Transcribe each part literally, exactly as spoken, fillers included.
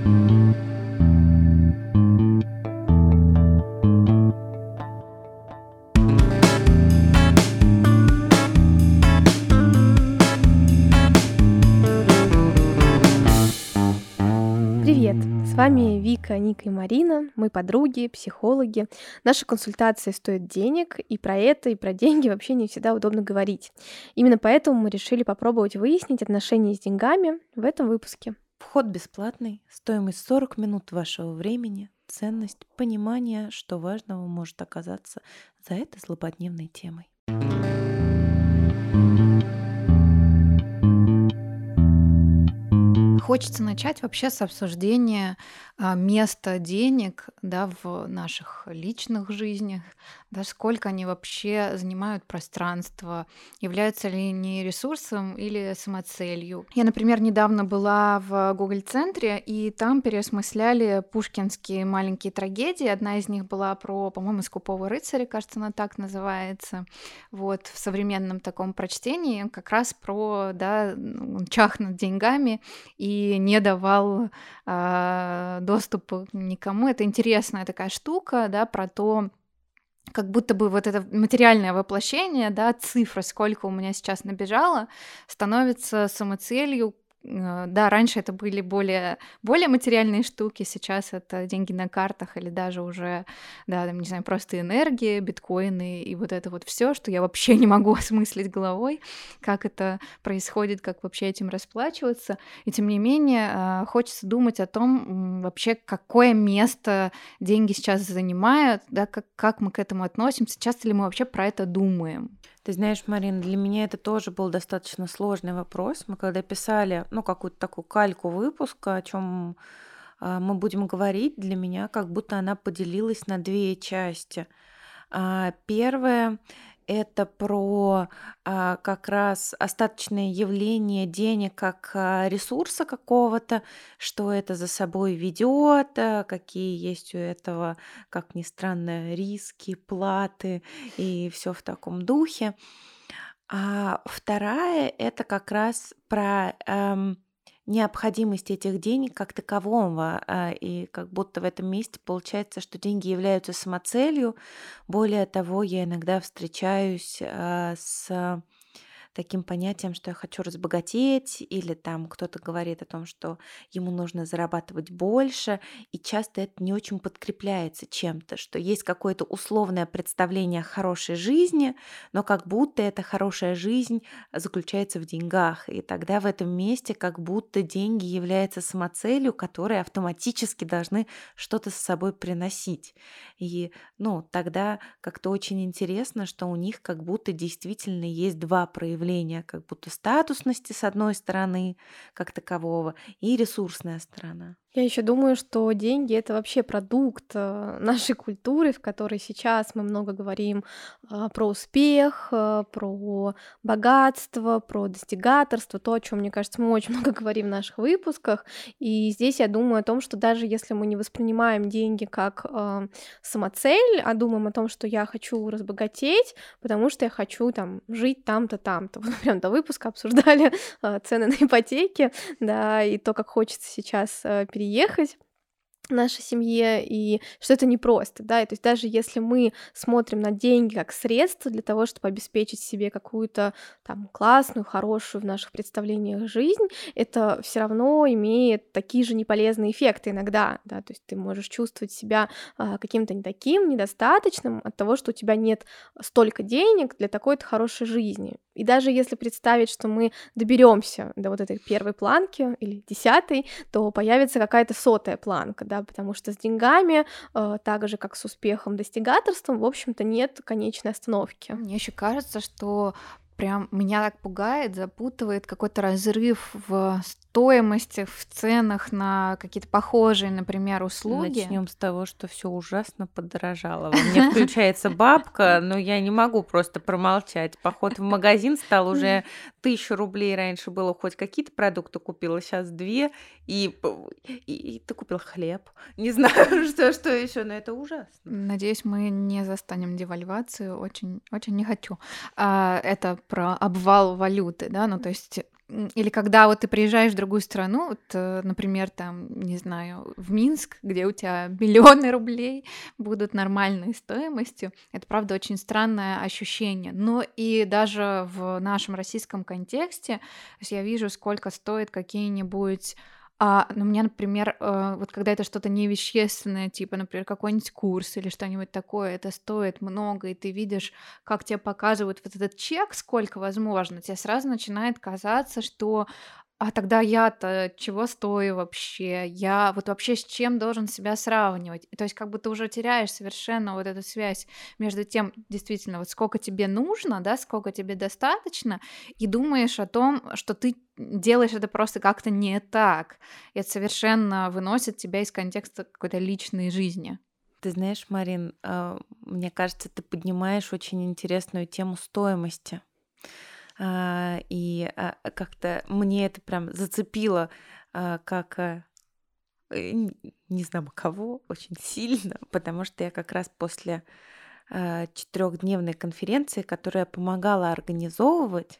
Привет! С вами Вика, Ника и Марина, мы подруги, психологи. Наши консультации стоят денег, и про это, и про деньги вообще не всегда удобно говорить. Именно поэтому мы решили попробовать выяснить отношения с деньгами в этом выпуске. Вход бесплатный, стоимость сорок минут вашего времени, ценность, понимание, что важного может оказаться за этой злободневной темой. Хочется начать вообще с обсуждения а, места денег, да, в наших личных жизнях, да, сколько они вообще занимают пространство, являются ли они ресурсом или самоцелью. Я, например, недавно была в Гоголь-центре, и там переосмысляли пушкинские маленькие трагедии. Одна из них была про, по-моему, «Скупого рыцаря», кажется, она так называется. Вот, в современном таком прочтении как раз про, да, он чахнут деньгами и не давал э, доступа никому. Это интересная такая штука, да, про то, как будто бы вот это материальное воплощение, да, цифра, сколько у меня сейчас набежало, становится самоцелью. Да, раньше это были более, более материальные штуки, сейчас это деньги на картах или даже уже, да, там, не знаю, просто энергия, биткоины и вот это вот все, что я вообще не могу осмыслить головой, как это происходит, как вообще этим расплачиваться. И тем не менее, хочется думать о том, вообще, какое место деньги сейчас занимают, да, как, как мы к этому относимся, часто ли мы вообще про это думаем. Ты знаешь, Марина, для меня это тоже был достаточно сложный вопрос. Мы когда писали, ну, какую-то такую кальку выпуска, о чем мы будем говорить, для меня как будто она поделилась на две части. Первое — это про а, как раз остаточное явление денег как а, ресурса какого-то, что это за собой ведет, а, какие есть у этого, как ни странно, риски, платы и все в таком духе. А вторая — это как раз про эм, необходимость этих денег как такового. а, И как будто в этом месте получается, что деньги являются самоцелью. Более того, я иногда встречаюсь а, с таким понятием, что я хочу разбогатеть, или там кто-то говорит о том, что ему нужно зарабатывать больше, и часто это не очень подкрепляется чем-то, что есть какое-то условное представление о хорошей жизни, но как будто эта хорошая жизнь заключается в деньгах, и тогда в этом месте как будто деньги являются самоцелью, которые автоматически должны что-то с собой приносить. И ну, тогда как-то очень интересно, что у них как будто действительно есть два проявления, как будто статусности с одной стороны, как такового, и ресурсная сторона. Я еще думаю, что деньги — это вообще продукт э, нашей культуры, в которой сейчас мы много говорим а, про успех, а, про богатство, про достигаторство, то, о чем, мне кажется, мы очень много говорим в наших выпусках. И здесь я думаю о том, что даже если мы не воспринимаем деньги как а, самоцель, а думаем о том, что я хочу разбогатеть, потому что я хочу там жить там-то, там-то. Вот прям до выпуска обсуждали а, цены на ипотеки, да, и то, как хочется сейчас а, переехать нашей семье, и что это непросто, да, и то есть даже если мы смотрим на деньги как средство для того, чтобы обеспечить себе какую-то там классную, хорошую в наших представлениях жизнь, это все равно имеет такие же неполезные эффекты иногда, да, то есть ты можешь чувствовать себя а, каким-то не таким, недостаточным от того, что у тебя нет столько денег для такой-то хорошей жизни. И даже если представить, что мы доберемся до вот этой первой планки или десятой, то появится какая-то сотая планка, да, потому что с деньгами, э, так же как с успехом, достигаторством, в общем-то, нет конечной остановки. Мне еще кажется, что прям меня так пугает, запутывает какой-то разрыв в стоимости, в ценах на какие-то похожие, например, услуги. Начнем с того, что все ужасно подорожало. Во мне включается бабка, но я не могу просто промолчать. Поход в магазин стал уже тысячу рублей. Раньше было хоть какие-то продукты купила, сейчас две. И, и, и ты купил хлеб. Не знаю, что, что еще, но это ужасно. Надеюсь, мы не застанем девальвацию. Очень, очень не хочу. А, это про обвал валюты, да, ну то есть М, Или когда вот ты приезжаешь в другую страну, вот, э, например, там, не знаю, в Минск, где у тебя миллионы рублей будут нормальной стоимостью, это, правда, очень странное ощущение. Но и даже в нашем российском контексте, то есть я вижу, сколько стоит какие-нибудь а, ну, у меня, например, э, вот когда это что-то невещественное, типа, например, какой-нибудь курс или что-нибудь такое, это стоит много, и ты видишь, как тебе показывают вот этот чек, сколько возможно, тебе сразу начинает казаться, что а тогда я-то чего стою вообще? Я вот вообще с чем должен себя сравнивать? И то есть как бы ты уже теряешь совершенно вот эту связь между тем, действительно, вот сколько тебе нужно, да, сколько тебе достаточно, и думаешь о том, что ты делаешь это просто как-то не так. И это совершенно выносит тебя из контекста какой-то личной жизни. Ты знаешь, Марин, а, мне кажется, ты поднимаешь очень интересную тему стоимости. А, И а, как-то мне это прям зацепило, а, как а, э, н- не знаю кого, очень сильно, потому что я как раз после четырехдневной конференции, которую я помогала организовывать,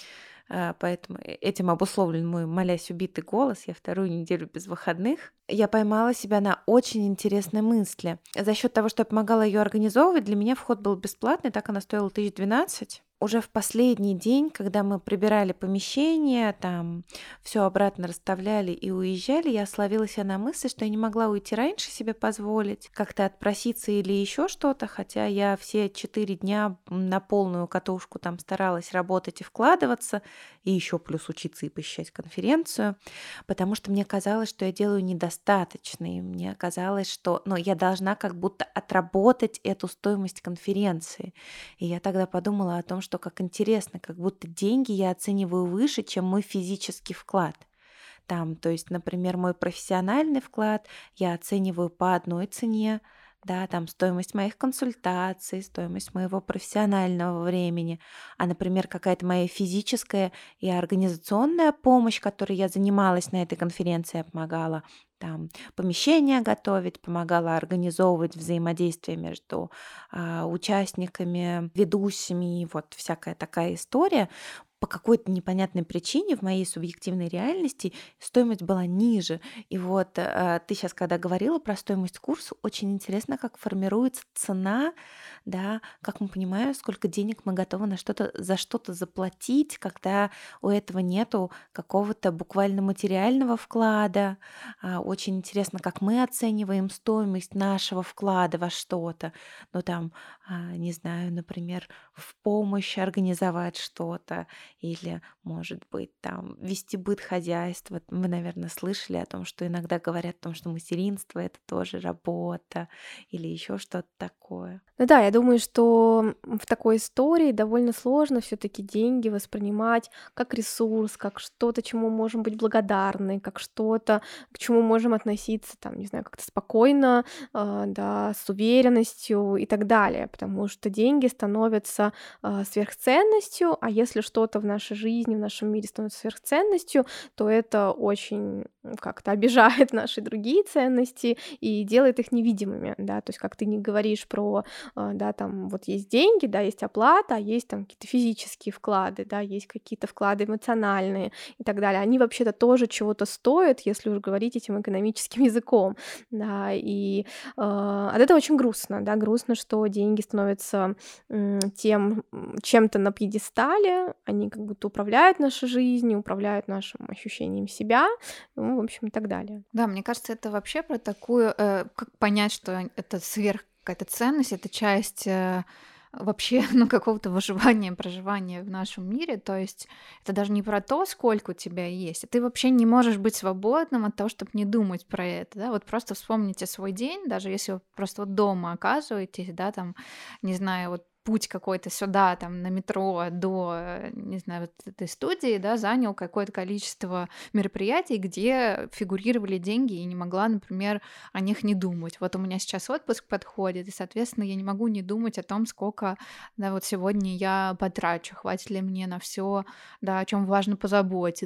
а, поэтому э- этим обусловлен мой молясь убитый голос. Я вторую неделю без выходных. Я поймала себя на очень интересной мысли. За счет того, что я помогала ее организовывать, для меня вход был бесплатный, так она стоила тысяч двенадцать. Уже в последний день, когда мы прибирали помещение, там все обратно расставляли и уезжали, я словила себя на мысли, что я не могла уйти раньше себе позволить, как-то отпроситься или еще что-то, хотя я все четыре дня на полную катушку там старалась работать и вкладываться, и еще плюс учиться и посещать конференцию, потому что мне казалось, что я делаю недостаточно, и мне казалось, что ну, я должна как будто отработать эту стоимость конференции. И я тогда подумала о том, что как интересно, как будто деньги я оцениваю выше, чем мой физический вклад. Там, то есть, например, мой профессиональный вклад я оцениваю по одной цене, да, там стоимость моих консультаций, стоимость моего профессионального времени, а, например, какая-то моя физическая и организационная помощь, которой я занималась на этой конференции, я помогала там помещение готовить, помогала организовывать взаимодействие между а, участниками, ведущими, и вот всякая такая история. По какой-то непонятной причине в моей субъективной реальности стоимость была ниже. И вот э, ты сейчас, когда говорила про стоимость курса, очень интересно, как формируется цена, да, как мы понимаем, сколько денег мы готовы на что-то, за что-то заплатить, когда у этого нету какого-то буквально материального вклада. А, Очень интересно, как мы оцениваем стоимость нашего вклада во что-то. Ну там, а, не знаю, например, в помощь организовать что-то или, может быть, там вести быт хозяйства. Вы, наверное, слышали о том, что иногда говорят о том, что материнство это тоже работа или еще что-то такое. Ну да, я думаю, что в такой истории довольно сложно все-таки деньги воспринимать как ресурс, как что-то, чему можем быть благодарны, как что-то, к чему можем относиться, там, не знаю, как-то спокойно, а, да, с уверенностью и так далее, потому что деньги становятся а, сверхценностью, а если что-то в нашей жизни, в нашем мире становится сверхценностью, то это очень м, как-то обижает наши другие ценности и делает их невидимыми, да, то есть как ты не говоришь про а, да, там вот есть деньги, да, есть оплата, а есть там какие-то физические вклады, да, есть какие-то вклады эмоциональные и так далее. Они вообще-то тоже чего-то стоят, если уж говорить этим экономическим языком, да, и а, от этого очень грустно, да, грустно, что деньги становятся м, тем м, чем-то на пьедестале, они как будто управляют нашей жизнью, управляют нашим ощущением себя, ну, в общем, и так далее. Да, мне кажется, это вообще про такую, э, как понять, что это сверх какая-то ценность, это часть э, вообще ну, какого-то выживания, проживания в нашем мире. То есть это даже не про то, сколько у тебя есть, а ты вообще не можешь быть свободным от того, чтобы не думать про это. Да? Вот просто вспомните свой день, даже если вы просто вот дома оказываетесь, да, там, не знаю, вот путь какой-то сюда, там, на метро до, э, не знаю, вот этой студии, да, занял какое-то количество мероприятий, где фигурировали деньги, и не могла, например, о них не думать. Вот у меня сейчас отпуск подходит, и, соответственно, я не могу не думать о том, сколько, да, вот сегодня я потрачу, хватит ли мне на все, да, о чем важно позаботиться.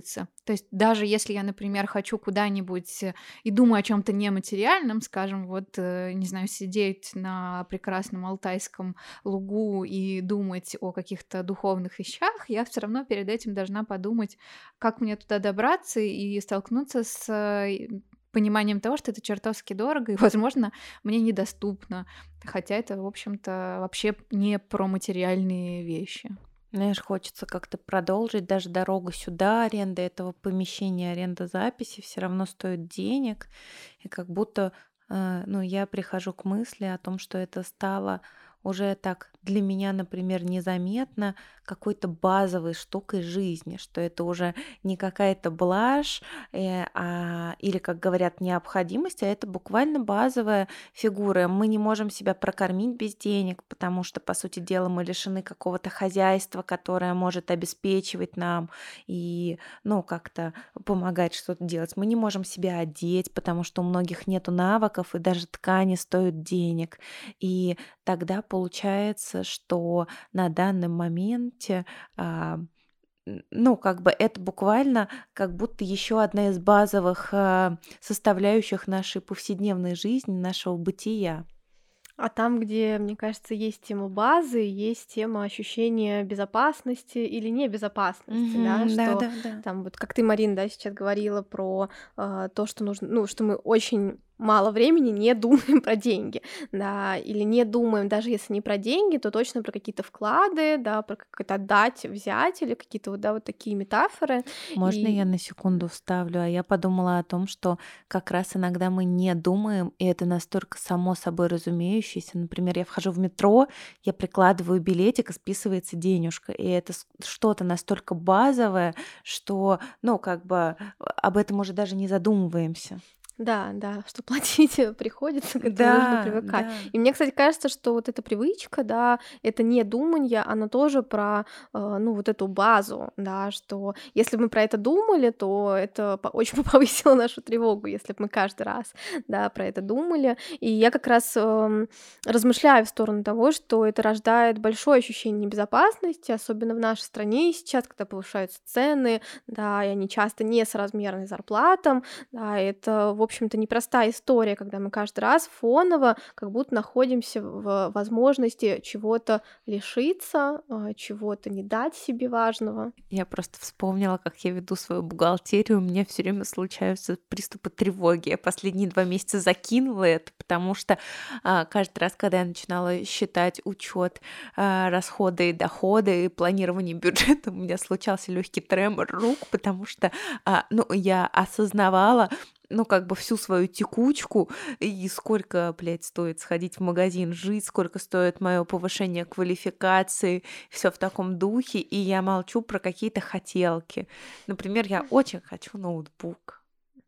То есть даже если я, например, хочу куда-нибудь э, и думаю о чем то нематериальном, скажем, вот, э, не знаю, сидеть на прекрасном алтайском лугу и думать о каких-то духовных вещах, я все равно перед этим должна подумать, как мне туда добраться и столкнуться с э, пониманием того, что это чертовски дорого и, возможно, мне недоступно. Хотя это, в общем-то, вообще не про материальные вещи. Знаешь, хочется как-то продолжить даже дорогу сюда, аренда этого помещения, аренда записи все равно стоит денег. И как будто, э, ну, я прихожу к мысли о том, что это стало уже так для меня, например, незаметно какой-то базовой штукой жизни, что это уже не какая-то блажь, э, а, или, как говорят, необходимость, а это буквально базовая фигура. Мы не можем себя прокормить без денег, потому что, по сути дела, мы лишены какого-то хозяйства, которое может обеспечивать нам и, ну, как-то помогать что-то делать. Мы не можем себя одеть, потому что у многих нету навыков, и даже ткани стоят денег. И тогда получается, что на данном моменте, а, н- ну, как бы это буквально как будто еще одна из базовых а, составляющих нашей повседневной жизни, нашего бытия. А там, где, мне кажется, есть тема базы, есть тема ощущения безопасности или небезопасности, да, Мгм, да, что да, да. там вот как ты, Марин, да, сейчас говорила про а, то, что нужно, ну, что мы очень мало времени не думаем про деньги, да, или не думаем, даже если не про деньги, то точно про какие-то вклады, да, про какое-то отдать, взять, или какие-то вот, да, вот такие метафоры. Можно я И на секунду вставлю? А я подумала о том, что как раз иногда мы не думаем, и это настолько само собой разумеющееся. Например, я вхожу в метро, я прикладываю билетик, и списывается денежка. И это с- что-то настолько базовое, что, ну, как бы об этом уже даже не задумываемся. да, да, что платить э, приходится, к этому нужно Да, привыкать. да. И мне, кстати, кажется, что вот эта привычка, да, это не думанье, оно тоже про, э, ну, вот эту базу, да, что если бы мы про это думали, то это по- очень бы повысило нашу тревогу, если бы мы каждый раз, да, про это думали. И я как раз эм, размышляю в сторону того, что это рождает большое ощущение небезопасности, особенно в нашей стране сейчас, когда повышаются цены, да, и они часто несоразмерны зарплатам, да, это, в общем-то, непростая история, когда мы каждый раз фоново как будто находимся в возможности чего-то лишиться, а, чего-то не дать себе важного. Я просто вспомнила, как я веду свою бухгалтерию. У меня все время случаются приступы тревоги. Я последние два месяца закинула это, потому что а, каждый раз, когда я начинала считать учет расходы и доходы и планирование бюджета, у меня случался легкий тремор рук, потому что а, ну, я осознавала, ну, как бы всю свою текучку, и сколько, блядь, стоит сходить в магазин, жить, сколько стоит мое повышение квалификации, все в таком духе, и я молчу про какие-то хотелки. Например, я очень хочу ноутбук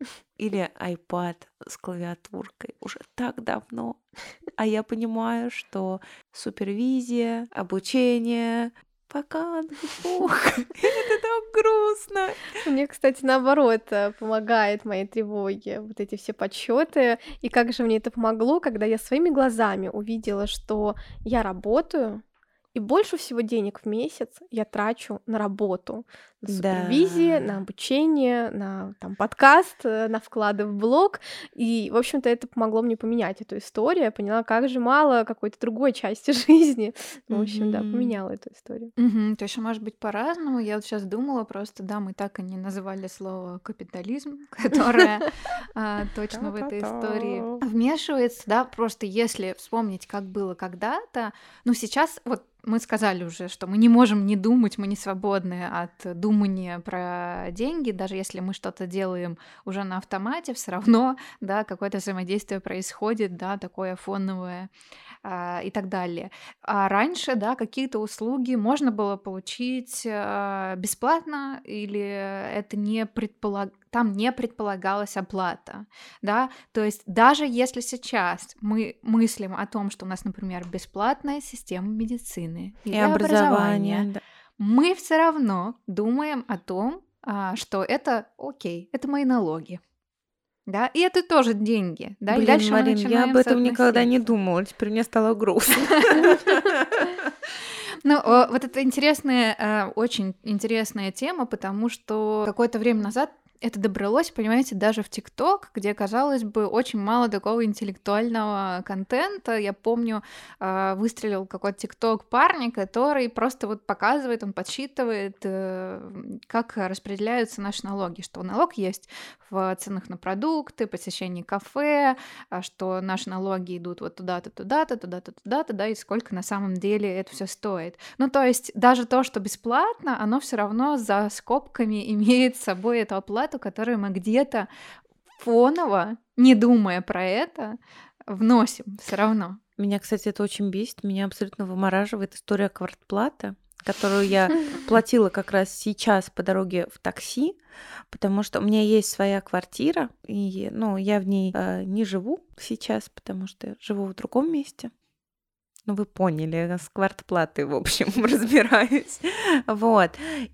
или iPad с клавиатуркой уже так давно. А я понимаю, что супервизия, обучение, пока ноутбук. Это так грустно. Мне, кстати, наоборот, э, помогает моей тревоге вот эти все подсчеты. И как же мне это помогло, когда я своими глазами увидела, что я работаю, и больше всего денег в месяц я трачу на работу, на супервизии, на Да. обучение, на там, подкаст, э, на вклады в блог. И, в общем-то, это помогло мне поменять эту историю. Я поняла, как же мало какой-то другой части жизни. В общем, да, Мгм. поменяла эту историю. Мгм. То есть, может быть, по-разному. Я вот сейчас думала просто, да, мы так и не называли слово капитализм, которое а, точно в этой истории Та-та-та. вмешивается, да, просто если вспомнить, как было когда-то, ну, сейчас вот мы сказали уже, что мы не можем не думать, мы не свободны от думания про деньги, даже если мы что-то делаем уже на автомате, все равно, да, какое-то взаимодействие происходит, да, такое фоновое а, и так далее. А раньше, да, какие-то услуги можно было получить а, бесплатно, или это не предполаг... там не предполагалась оплата, да, то есть даже если сейчас мы мыслим о том, что у нас, например, бесплатная система медицины И или образование, образования, да. мы все равно думаем о том, а, что это окей, это мои налоги, да, и это тоже деньги, да, и Блин, дальше мы Марин, я об начинаем этом никогда не соотноситься. думала, теперь мне стало грустно. Ну, э, вот это интересная, э, очень интересная тема, потому что какое-то время назад это добралось, понимаете, даже в ТикТок, где, казалось бы, очень мало такого интеллектуального контента. Я помню, э, выстрелил какой-то ТикТок парня, который просто вот показывает, он подсчитывает, э, как распределяются наши налоги, что налог есть в ценах на продукты, посещении кафе, а что наши налоги идут вот туда-то, туда-то, туда-то, туда-то, да, и сколько на самом деле это все стоит. Ну, то есть даже то, что бесплатно, оно все равно за скобками имеет с собой эту оплату, которую мы где-то фоново, не думая про это, вносим все равно. Меня, кстати, это очень бесит, меня абсолютно вымораживает история квартплаты, которую я платила как раз сейчас по дороге в такси, потому что у меня есть своя квартира, и ну, я в ней э, не живу сейчас, потому что живу в другом месте. Ну, вы поняли, я с квартплатой, в общем, разбираюсь. Вот.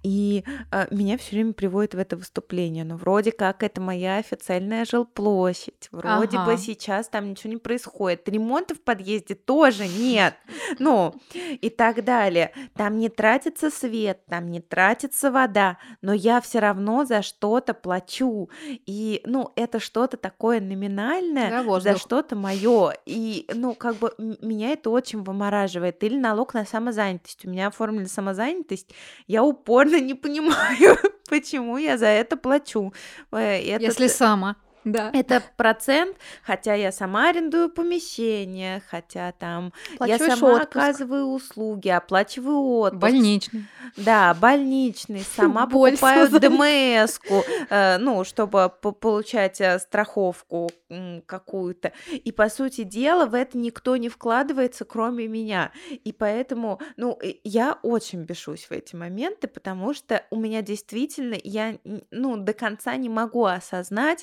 И э, меня все время приводит в это выступление. Ну, вроде как это моя официальная жилплощадь. Вроде бы Ага. сейчас там ничего не происходит. Ремонта в подъезде тоже нет. Ну, и так далее. Там не тратится свет, там не тратится вода, но я все равно за что-то плачу. И, ну, это что-то такое номинальное За за воздух. что-то мое. И, ну, как бы м- меня это очень вымораживает. Или налог на самозанятость. У меня оформили самозанятость. Я упорно не понимаю, почему я за это плачу. Э, Если Этот сама, да. это процент, хотя я сама арендую помещение, хотя там я Оплачиваешь сама отпуск. оказываю услуги, оплачиваю отпуск, Больничный. да, больничный, сама Боль покупаю самозанятости. ДМС-ку, э, ну, чтобы по- получать э, страховку м, какую-то. И, по сути дела, в это никто не вкладывается, кроме меня. И поэтому, ну, э, я очень бешусь в эти моменты, потому что у меня действительно, я, н- ну, до конца не могу осознать,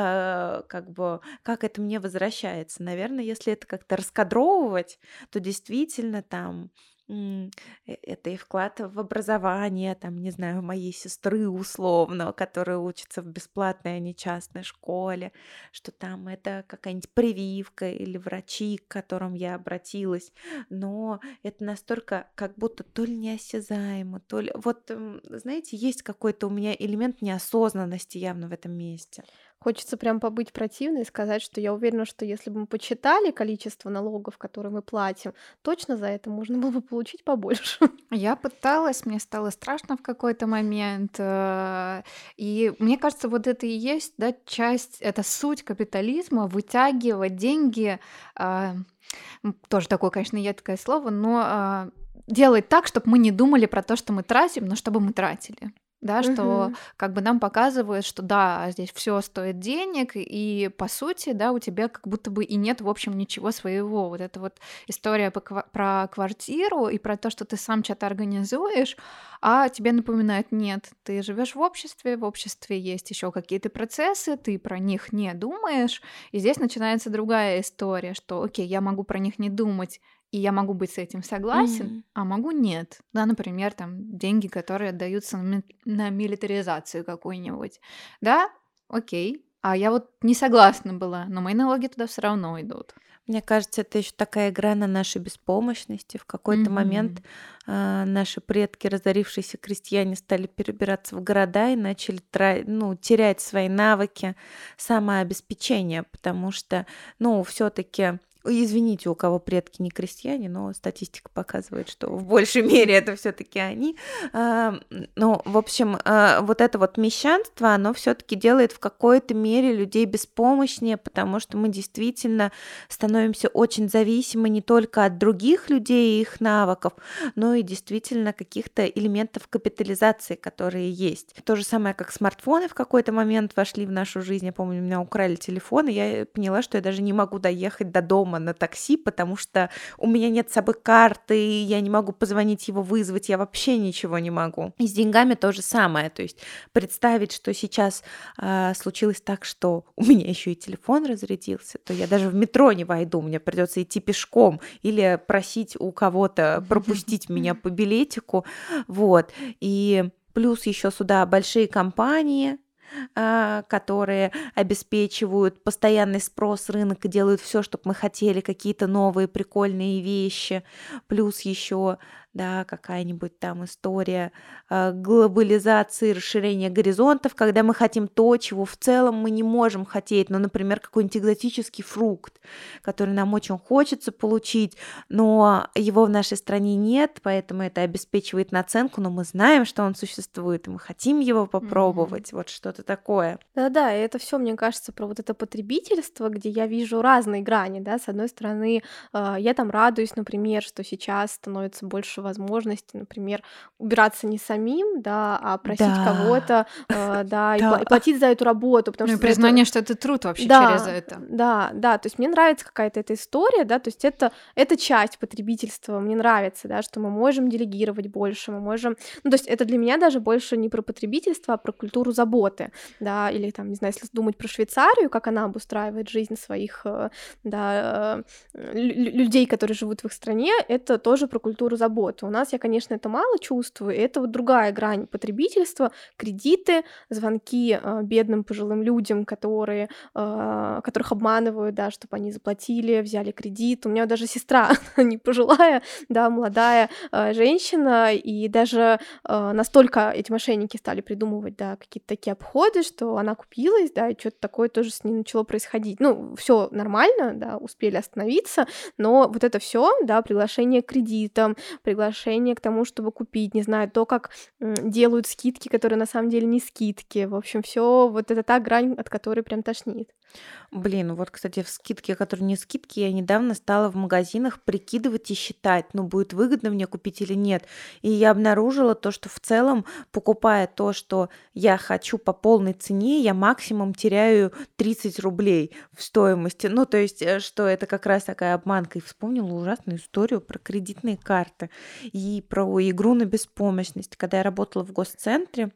э, как бы, как это мне возвращается. Наверное, если это как-то раскадровывать, то действительно там м, э- это и вклад в образование, там, не знаю, моей сестры условно, которая учится в бесплатной, а не частной школе, что там это какая-нибудь прививка или врачи, к которым я обратилась, но это настолько как будто то ли неосязаемо, то ли... Вот, м, знаете, есть какой-то у меня элемент неосознанности явно в этом месте. Хочется прям побыть противной и сказать, что я уверена, что если бы мы почитали количество налогов, которые мы платим, точно за это можно было бы получить побольше. Я пыталась, мне стало страшно в какой-то момент. э, И мне кажется, вот это и есть, да, часть, это суть капитализма, вытягивать деньги, а, м, тоже такое, конечно, едкое слово, но а, делать так, чтобы мы не думали про то, что мы тратим, но чтобы мы тратили. Да, что Мгм. как бы нам показывают, что да, здесь все стоит денег, и по сути, да, у тебя как будто бы и нет, в общем, ничего своего. Вот это вот история по ква- про квартиру и про то, что ты сам что-то организуешь, а тебе напоминают, нет, ты живешь в обществе, в обществе есть еще какие-то процессы, ты про них не думаешь, и здесь начинается другая история, что, окей, я могу про них не думать, и я могу быть с этим согласен, Мгм. а могу нет. Да, например, там деньги, которые отдаются на, ми- на милитаризацию какую-нибудь. Да, окей. А я вот не согласна была, но мои налоги туда все равно идут. Мне кажется, это еще такая игра на нашей беспомощности. В какой-то момент Мгм. а, наши предки, разорившиеся крестьяне, стали перебираться в города и начали тра- ну, терять свои навыки самообеспечения, потому что, ну, все-таки извините, у кого предки не крестьяне, но статистика показывает, что в большей мере это все-таки они. А, м, Ну, в общем, а, вот это вот мещанство, оно все-таки делает в какой-то мере людей беспомощнее, потому что мы действительно становимся очень зависимы не только от других людей и их навыков, но и действительно каких-то элементов капитализации, которые есть. То же самое, как смартфоны в какой-то момент вошли в нашу жизнь. Я помню, у меня украли телефон, и я поняла, что я даже не могу доехать до дома на такси, потому что у меня нет с собой карты, я не могу позвонить его вызвать, я вообще ничего не могу. И с деньгами то же самое. То есть представить, что сейчас а, случилось так, что у меня еще и телефон разрядился, то я даже в метро не войду, мне придется идти пешком или просить у кого-то пропустить меня по билетику, вот. И плюс еще сюда большие компании, а, которые обеспечивают постоянный спрос, рынок и делают все, чтобы мы хотели какие-то новые прикольные вещи. Плюс еще да, какая-нибудь там история э, глобализации, расширения горизонтов, когда мы хотим то, чего в целом мы не можем хотеть. Ну, например, какой-нибудь экзотический фрукт, который нам очень хочется получить, но его в нашей стране нет, поэтому это обеспечивает наценку, но мы знаем, что он существует, и мы хотим его Мгм. попробовать. Вот что-то такое. Да-да, и это все, мне кажется, про вот это потребительство, где я вижу разные грани, да. С одной стороны, а, я там радуюсь, например, что сейчас становится больше возможностей, например, убираться не самим, да, а просить Да, кого-то, а, да, и пла и да. платить за эту работу, потому Ну и что за эту признание, что это труд вообще через Да, это. да, да, то есть мне нравится какая-то эта история, да, то есть это это часть потребительства. Мне нравится, да, что мы можем делегировать больше, мы можем ну, то есть это для меня даже больше не про потребительство, а про культуру заботы, да, или там, не знаю, если думать про Швейцарию, как она обустраивает жизнь своих, э, да, э, лю лю людей, которые живут в их стране, это тоже про культуру заботы. У нас я, конечно, это мало чувствую, и это вот другая грань потребительства: кредиты, звонки, э, бедным пожилым людям, которые, э, которых обманывают, да, чтобы они заплатили, взяли кредит. У меня даже сестра, не пожилая, да, молодая, э, женщина, и даже, э, настолько эти мошенники стали придумывать, да, какие-то такие обходы, что она купилась, да, и что-то такое тоже с ней начало происходить. Ну, все нормально, да, успели остановиться, но вот это все, да, приглашение к кредитам, приглашение к тому, чтобы купить, не знаю, то, как м, делают скидки, которые на самом деле не скидки. В общем, все вот это та грань, от которой прям тошнит. Блин, вот, кстати, в скидке, которые не скидки, я недавно стала в магазинах прикидывать и считать, ну, будет выгодно мне купить или нет. И я обнаружила то, что в целом, покупая то, что я хочу по полной цене, я максимум теряю тридцать рублей в стоимости. Ну, то есть, э, что это как раз такая обманка. И вспомнила ужасную историю про кредитные карты и про игру на беспомощность. Когда я работала в госцентре,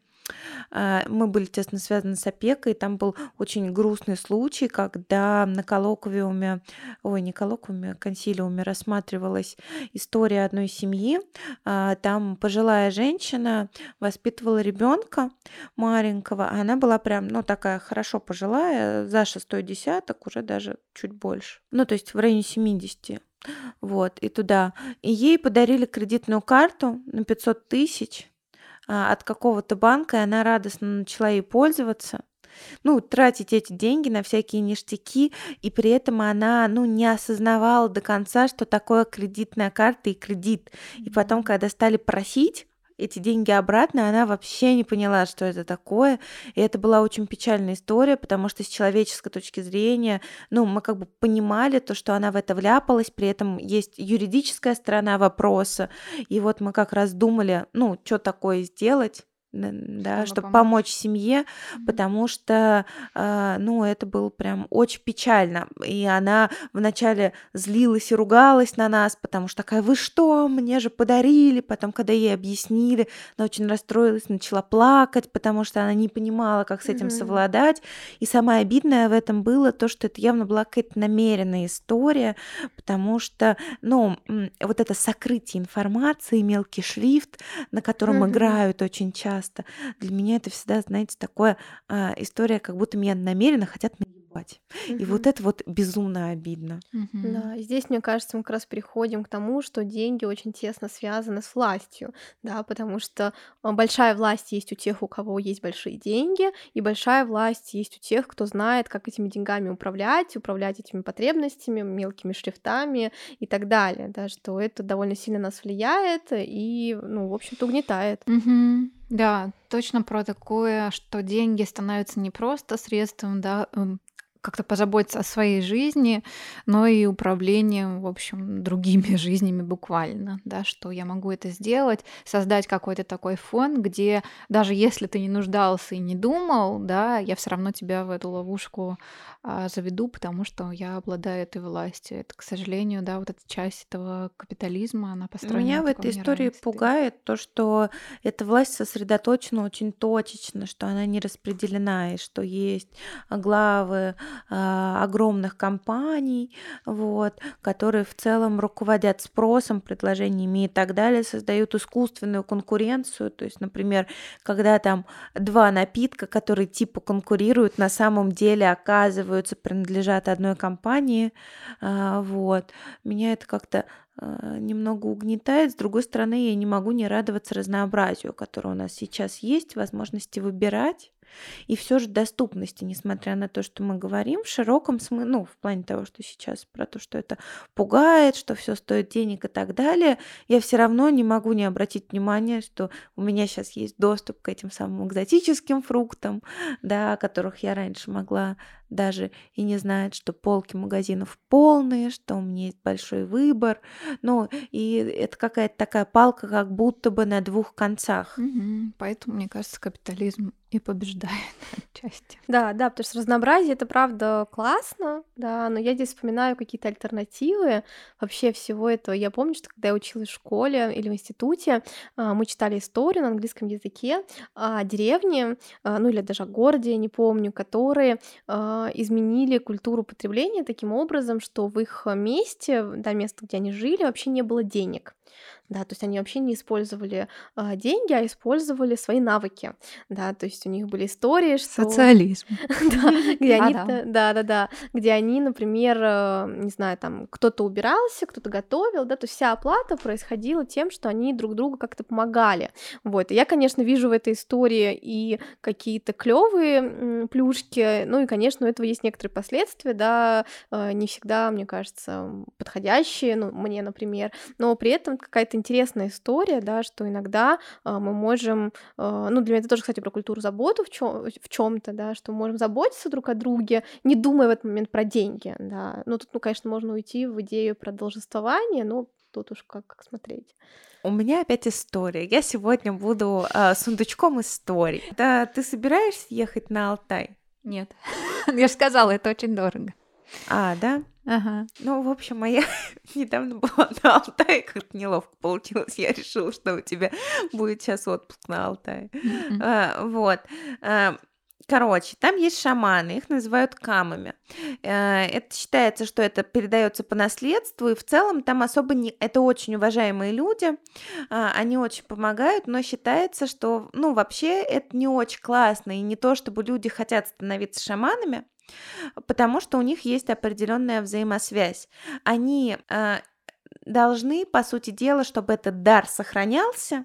а, мы были тесно связаны с опекой, и там был очень грустный случай, когда на коллоквиуме, ой, не коллоквиуме, а консилиуме рассматривалась история одной семьи. А, Там пожилая женщина воспитывала ребенка маленького, а она была прям, ну, такая хорошо пожилая, за шестой десяток, уже даже чуть больше. Ну, то есть в районе семидесяти. Вот, и туда. И ей подарили кредитную карту на пятьсот тысяч а, от какого-то банка, и она радостно начала ей пользоваться. Ну, тратить эти деньги на всякие ништяки, и при этом она, ну, не осознавала до конца, что такое кредитная карта и кредит. И потом, когда стали просить эти деньги обратно, она вообще не поняла, что это такое. И это была очень печальная история, потому что с человеческой точки зрения, ну, мы как бы понимали то, что она в это вляпалась, при этом есть юридическая сторона вопроса. И вот мы как раз думали, ну, что такое сделать, н- да, Чтобы чтобы помочь. помочь семье, Мгм. потому что, а, ну, это было прям очень печально. И она вначале злилась и ругалась на нас, потому что такая: вы что, мне же подарили. Потом, когда ей объяснили, она очень расстроилась, начала плакать, потому что она не понимала, как с этим Мгм. совладать. И самое обидное в этом было то, что это явно была какая-то намеренная история, потому что, ну, м, вот это сокрытие информации, мелкий шрифт, на котором Мгм. играют очень часто, для меня это всегда, знаете, такое а, история, как будто меня намеренно хотят наебать. И вот Мгм. это вот безумно обидно. Мгм. Да, и здесь, мне кажется, мы как раз приходим к тому, что деньги очень тесно связаны с властью, да, потому что а, большая власть есть у тех, у кого есть большие деньги, и большая власть есть у тех, кто знает, как этими деньгами управлять, управлять этими потребностями, мелкими шрифтами и так далее, да, что это довольно сильно нас влияет и, ну, в общем-то, угнетает. Мгм. Да, точно про такое, что деньги становятся не просто средством, да, эм, как-то позаботиться о своей жизни, но и управлением, в общем, другими жизнями буквально, да, что я могу это сделать, создать какой-то такой фон, где даже если ты не нуждался и не думал, да, я все равно тебя в эту ловушку а, заведу, потому что я обладаю этой властью. Это, к сожалению, да, вот эта часть этого капитализма, она построена Меня на в таком этой истории неравенстве. пугает то, что эта власть сосредоточена очень точечно, что она не распределена, и что есть а, главы а, огромных компаний, вот, которые в целом руководят спросом, предложениями и так далее, создают искусственную конкуренцию. То есть, например, когда там два напитка, которые типа конкурируют, на самом деле оказываются, принадлежат одной компании, а, вот. Меня это как-то а, немного угнетает. С другой стороны, я не могу не радоваться разнообразию, которое у нас сейчас есть, возможности выбирать. И все же доступности, несмотря на то, что мы говорим в широком смысле, ну, в плане того, что сейчас про то, что это пугает, что все стоит денег и так далее, я все равно не могу не обратить внимание, что у меня сейчас есть доступ к этим самым экзотическим фруктам, да, о которых я раньше могла даже и не знать, что полки магазинов полные, что у меня есть большой выбор. Ну, и это какая-то такая палка, как будто бы на двух концах. Мгм. Поэтому, мне кажется, капитализм и побеждает отчасти. Да, да, потому что разнообразие это правда классно, да, но я здесь вспоминаю какие-то альтернативы вообще всего этого. Я помню, что когда я училась в школе или в институте, а, мы читали историю на английском языке о деревне, а, ну или даже о городе, я не помню, которые а, изменили культуру потребления таким образом, что в их месте, да, место, где они жили, вообще не было денег. Да, то есть они вообще не использовали а, деньги, а использовали свои навыки. Да, то есть у них были истории, что Социализм. да, где они, Да-да. т- да, да, да, где они, например, э, не знаю, там кто-то убирался, кто-то готовил, да, то есть вся оплата происходила тем, что они друг другу как-то помогали. Вот, и я, конечно, вижу в этой истории и какие-то клевые плюшки, ну и, конечно, у этого есть некоторые последствия, да, э, не всегда, мне кажется, м, подходящие, ну, мне, например, но при этом какая-то интересная история, да, что иногда а, мы можем, а, ну, для меня это тоже, кстати, про культуру заботы в чём в чём-то, да, что мы можем заботиться друг о друге, не думая в этот момент про деньги, да. Ну, тут, ну, конечно, можно уйти в идею про должествование, но тут уж как как смотреть. У меня опять история. Я сегодня буду а, сундучком историй. Да, ты собираешься ехать на Алтай? Нет. Я же сказала, это очень дорого. А, да? Ага. Ну, в общем, а я недавно была на Алтае, как-то неловко получилось. Я решила, что у тебя будет сейчас отпуск на Алтае. Мгм. А, вот. А, Короче, там есть шаманы, их называют камами. Э, Это считается, что это передается по наследству, и в целом там особо не... Это очень уважаемые люди, а, они очень помогают, но считается, что, ну, вообще это не очень классно, и не то, чтобы люди хотят становиться шаманами, потому что у них есть определенная взаимосвязь. Они э, должны, по сути дела, чтобы этот дар сохранялся,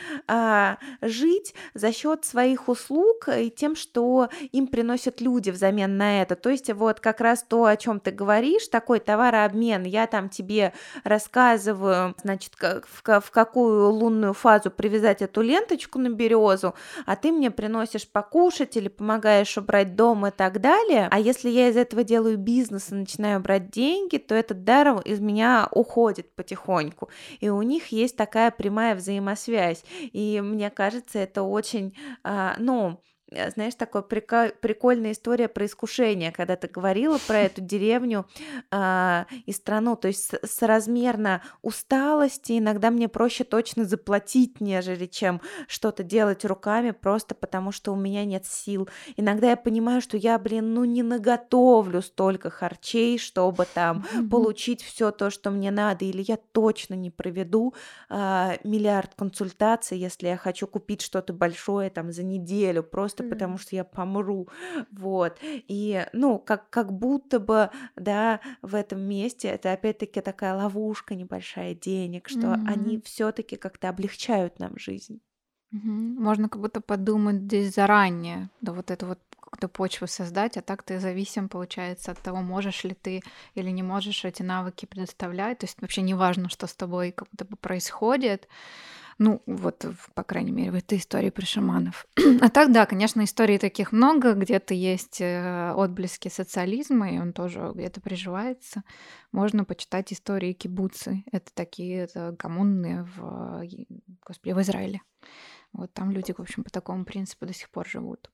а, жить за счет своих услуг и тем, что им приносят люди взамен на это. То есть вот как раз то, о чем ты говоришь, такой товарообмен. Я там тебе рассказываю, значит, как- в, ка- в какую лунную фазу привязать эту ленточку на березу, а ты мне приносишь покушать или помогаешь убрать дом и так далее. А если я из этого делаю бизнес и начинаю брать деньги, то этот дар из меня уходит потихоньку. И у них есть такая прямая взаимосвязь. И мне кажется, это очень, а, ну, э, знаешь, такая прика- прикольная история про искушение, когда ты говорила про эту деревню а, и страну. То есть с- соразмерно усталости иногда мне проще точно заплатить, нежели чем что-то делать руками, просто потому что у меня нет сил. Иногда я понимаю, что я, блин, ну не наготовлю столько харчей, чтобы там Мгм. получить все то, что мне надо, или я точно не проведу а, миллиард консультаций, если я хочу купить что-то большое там за неделю, просто потому М. что я помру, вот. И, ну, как, как будто бы, да, в этом месте это опять-таки такая ловушка небольшая денег, что они Мгм. все-таки как-то облегчают нам жизнь. Мгм. Можно как будто подумать здесь заранее, да, вот эту вот какую-то почву создать, а так ты зависим, получается, от того, можешь ли ты или не можешь эти навыки предоставлять. То есть вообще не важно, что с тобой как будто бы происходит. Ну, вот, в- по крайней мере, в этой истории про шаманов. А так, да, конечно, историй таких много, где-то есть э, отблески социализма, и он тоже где-то приживается. Можно почитать истории кибуцы. Это такие это коммуны в, э, господи, в Израиле. Вот там люди, в общем, по такому принципу до сих пор живут.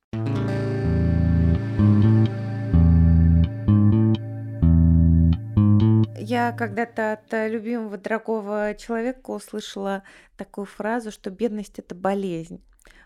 Я когда-то от э, любимого дорогого человека услышала такую фразу, что бедность — это болезнь.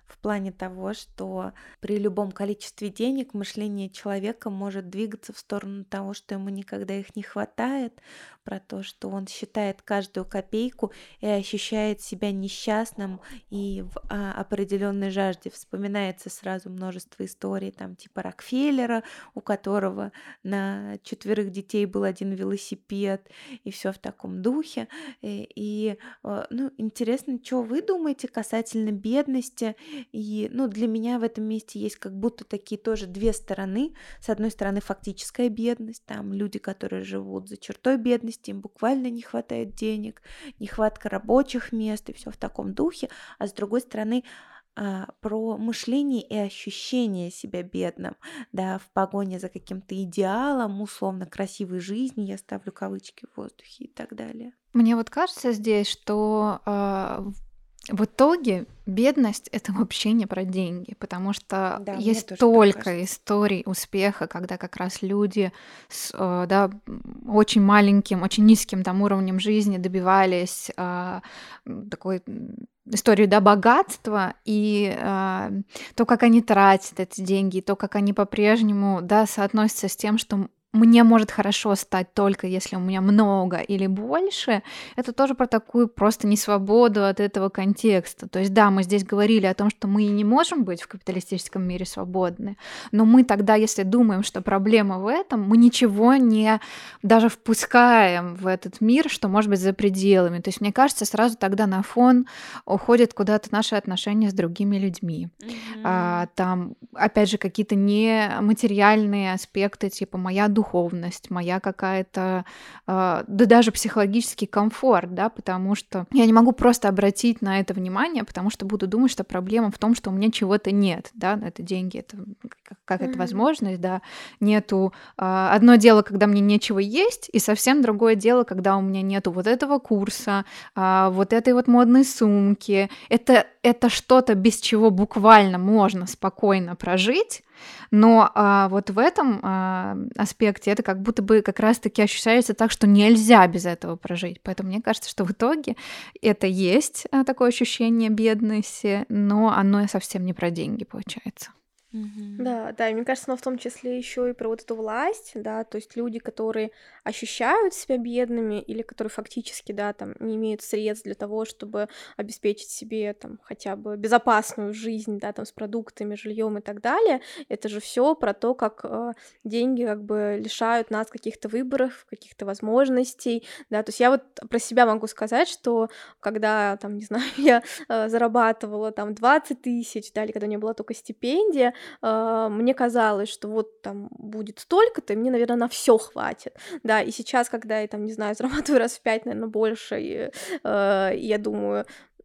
в плане того, что при любом количестве денег мышление человека может двигаться в сторону того, что ему никогда их не хватает, про то, что он считает каждую копейку и ощущает себя несчастным и в а, определенной жажде. Вспоминается сразу множество историй, там типа Рокфеллера, у которого на четверых детей был один велосипед, и все в таком духе. И, и, э, ну, интересно, что вы думаете касательно бедности? И, ну, для меня в этом месте есть как будто такие тоже две стороны. С одной стороны, фактическая бедность, там люди, которые живут за чертой бедности, им буквально не хватает денег, нехватка рабочих мест и все в таком духе. А с другой стороны, а, про мышление и ощущение себя бедным, да, в погоне за каким-то идеалом, условно красивой жизни, я ставлю кавычки в воздухе и так далее. Мне вот кажется здесь, что а, в в итоге бедность это вообще не про деньги, потому что Да, мне есть тоже так столько кажется. историй успеха, когда как раз люди с э, да, м, очень маленьким, очень низким там уровнем жизни добивались а, м, такой м, истории да, богатства, и а, то, как они тратят эти деньги, и то, как они по-прежнему да, соотносятся с тем, что м- мне может хорошо стать только если у меня много или больше, это тоже про такую просто несвободу от этого контекста. То есть да, мы здесь говорили о том, что мы и не можем быть в капиталистическом мире свободны, но мы тогда, если думаем, что проблема в этом, мы ничего не даже впускаем в этот мир, что может быть за пределами. То есть мне кажется, сразу тогда на фон уходят куда-то наши отношения с другими людьми. А, Мгм. там, опять же, какие-то нематериальные аспекты, типа моя духовность, моя какая-то а, да даже психологический комфорт, да, потому что я не могу просто обратить на это внимание, потому что буду думать, что проблема в том, что у меня чего-то нет, да, это деньги, это как, как это Мгм. возможность, да, нету. а, Одно дело, когда мне нечего есть, и совсем другое дело, когда у меня нету вот этого курса, а, вот этой вот модной сумки. Это, это что-то, без чего буквально можно спокойно прожить, но а, вот в этом а, аспекте это как будто бы как раз-таки ощущается так, что нельзя без этого прожить. Поэтому мне кажется, что в итоге это есть а, такое ощущение бедности, но оно совсем не про деньги получается. Мгм. Да, да, и мне кажется, оно в том числе еще и про вот эту власть, да, то есть люди, которые ощущают себя бедными или которые фактически, да, там не имеют средств для того, чтобы обеспечить себе там хотя бы безопасную жизнь, да, там с продуктами, жильем и так далее. Это же все про то, как э, деньги как бы лишают нас каких-то выборов, каких-то возможностей, да, то есть я вот про себя могу сказать, что когда там, не знаю, я э, зарабатывала там двадцать тысяч, да, или когда у меня была только стипендия, а, мне казалось, что вот там будет столько-то, и мне, наверное, на все хватит. Да, и сейчас, когда я там, не знаю, зарабатываю раз в пять, наверное, больше, и, э, и я думаю,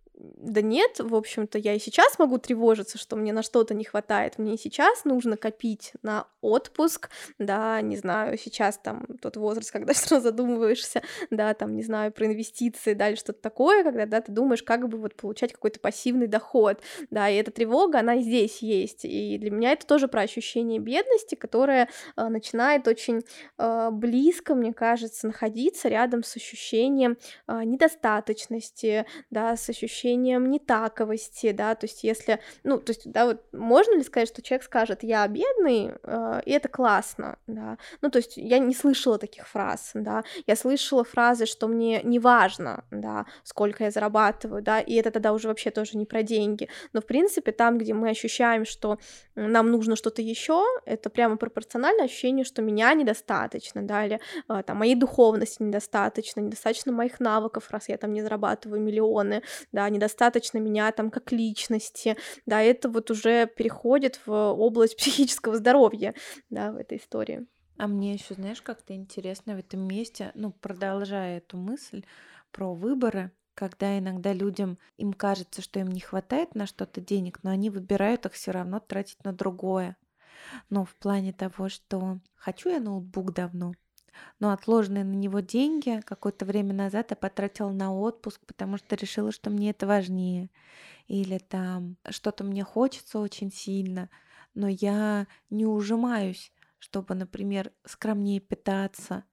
да нет, в общем-то, я и сейчас могу тревожиться, что мне на что-то не хватает. Мне и сейчас нужно копить на отпуск, да, не знаю, сейчас там тот возраст, когда всё равно задумываешься, да, там, не знаю, про инвестиции, да, или что-то такое, когда, да, ты думаешь, как бы вот получать какой-то пассивный доход, да, и эта тревога, она и здесь есть. И для меня это тоже про ощущение бедности, которое а, начинает очень а, близко, мне кажется, находиться рядом с ощущением а, недостаточности, да, с ощущением нетаковости, да, то есть если, ну, то есть, да, вот можно ли сказать, что человек скажет: "Я бедный", э, и это классно, да? Ну, то есть я не слышала таких фраз, да. Я слышала фразы, что мне не важно, да, сколько я зарабатываю, да, и это тогда уже вообще тоже не про деньги. Но, в принципе, там, где мы ощущаем, что м, нам нужно что-то еще, это прямо пропорционально ощущению, что меня недостаточно, да, или а, там моей духовности недостаточно, недостаточно моих навыков, раз я там не зарабатываю миллионы, да, недостаточно меня там как личности, да, это вот уже переходит в область психического здоровья, да, в этой истории. А мне еще, знаешь, как-то интересно в этом месте, ну, продолжая эту мысль про выборы, когда иногда людям, им кажется, что им не хватает на что-то денег, но они выбирают их все равно тратить на другое. Ну, в плане того, что хочу я ноутбук давно, но отложенные на него деньги какое-то время назад я потратила на отпуск, потому что решила, что мне это важнее. Или там что-то мне хочется очень сильно, но я не ужимаюсь, чтобы, например, скромнее питаться.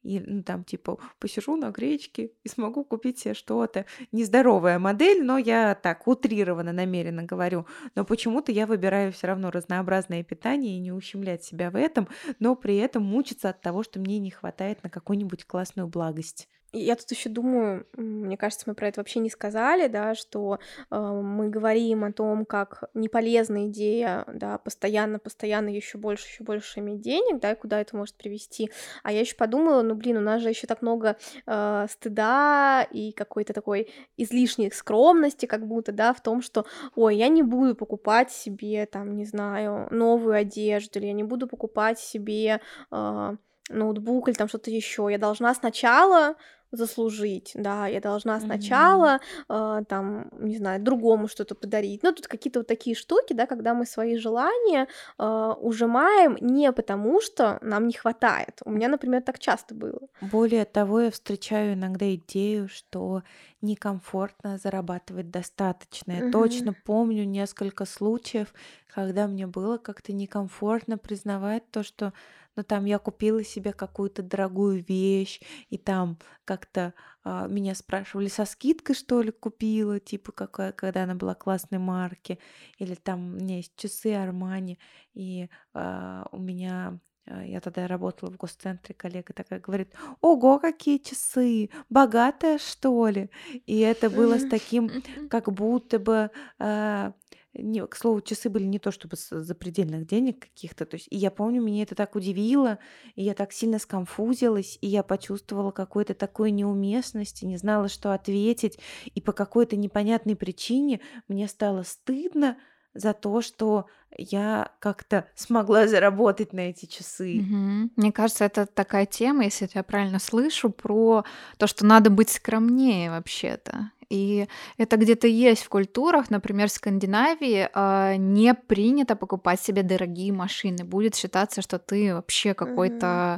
и ну, там типа посижу на гречке и смогу купить себе что-то. Нездоровая модель, но я так утрированно намеренно говорю. Но почему-то я выбираю все равно разнообразное питание и не ущемлять себя в этом, но при этом мучиться от того, что мне не хватает на какую-нибудь классную благость. И Я тут еще думаю, м, мне кажется, мы про это вообще не сказали, да, что э, мы говорим о том, как неполезная идея, да, постоянно, постоянно еще больше, еще больше иметь денег, да, и куда это может привести. А я еще подумала, ну, блин, у нас же еще так много э, стыда и какой-то такой излишней скромности, как будто, да, в том, что, ой, я не буду покупать себе, там, не знаю, новую одежду, или я не буду покупать себе э, ноутбук или там что-то еще. Я должна сначала заслужить, да, я должна Мгм. сначала, э, там, не знаю, другому что-то подарить. Ну, тут какие-то вот такие штуки, да, когда мы свои желания э, ужимаем не потому, что нам не хватает. У меня, например, так часто было. Более того, я встречаю иногда идею, что некомфортно зарабатывать достаточно. Я Мгм. точно помню несколько случаев, когда мне было как-то некомфортно признавать то, что ну там я купила себе какую-то дорогую вещь, и там как-то а, меня спрашивали, со скидкой что ли купила, типа какая, когда она была классной марки, или там у меня есть часы Армани, и а, у меня а, я тогда работала в госцентре, коллега такая говорит, ого, какие часы, богатая что ли? И это было с таким, как будто бы, а, не, к слову, часы были не то чтобы с запредельных денег каких-то, то есть, и я помню, меня это так удивило, и я так сильно сконфузилась, и я почувствовала какую-то такую неуместность, и не знала, что ответить, и по какой-то непонятной причине мне стало стыдно за то, что я как-то смогла заработать на эти часы. Мгм. Мне кажется, это такая тема, если я тебя правильно слышу, про то, что надо быть скромнее вообще-то. И это где-то есть в культурах, например, в Скандинавии а, не принято покупать себе дорогие машины. Будет считаться, что ты вообще Мгм. какой-то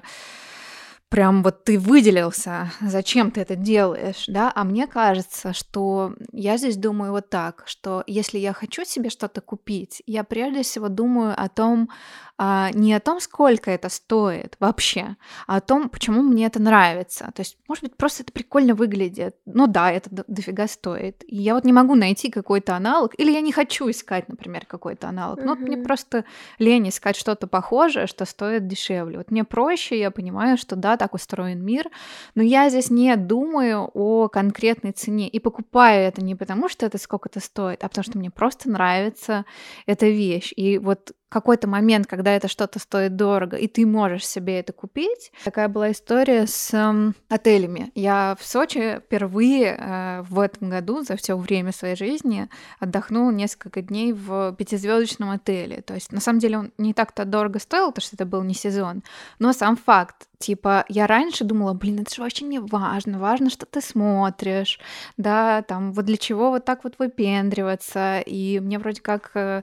прям вот ты выделился, зачем ты это делаешь, да? А мне кажется, что я здесь думаю вот так, что если я хочу себе что-то купить, я прежде всего думаю о том, а, не о том, сколько это стоит вообще, а о том, почему мне это нравится. То есть, может быть, просто это прикольно выглядит. Ну да, это до- дофига стоит. И я вот не могу найти какой-то аналог, или я не хочу искать, например, какой-то аналог. Ну, вот мне Мгм. просто лень искать что-то похожее, что стоит дешевле. Вот мне проще, я понимаю, что да, так устроен мир, но я здесь не думаю о конкретной цене и покупаю это не потому, что это сколько-то стоит, а потому что мне просто нравится эта вещь. И вот какой-то момент, когда это что-то стоит дорого, и ты можешь себе это купить. Такая была история с эм, отелями. Я в Сочи впервые э, в этом году за все время своей жизни отдохнула несколько дней в пятизвездочном отеле. То есть, на самом деле, он не так-то дорого стоил, потому что это был не сезон. Но сам факт, типа, я раньше думала, блин, это же вообще не важно, важно, что ты смотришь, да, там, вот для чего вот так вот выпендриваться, и мне вроде как э,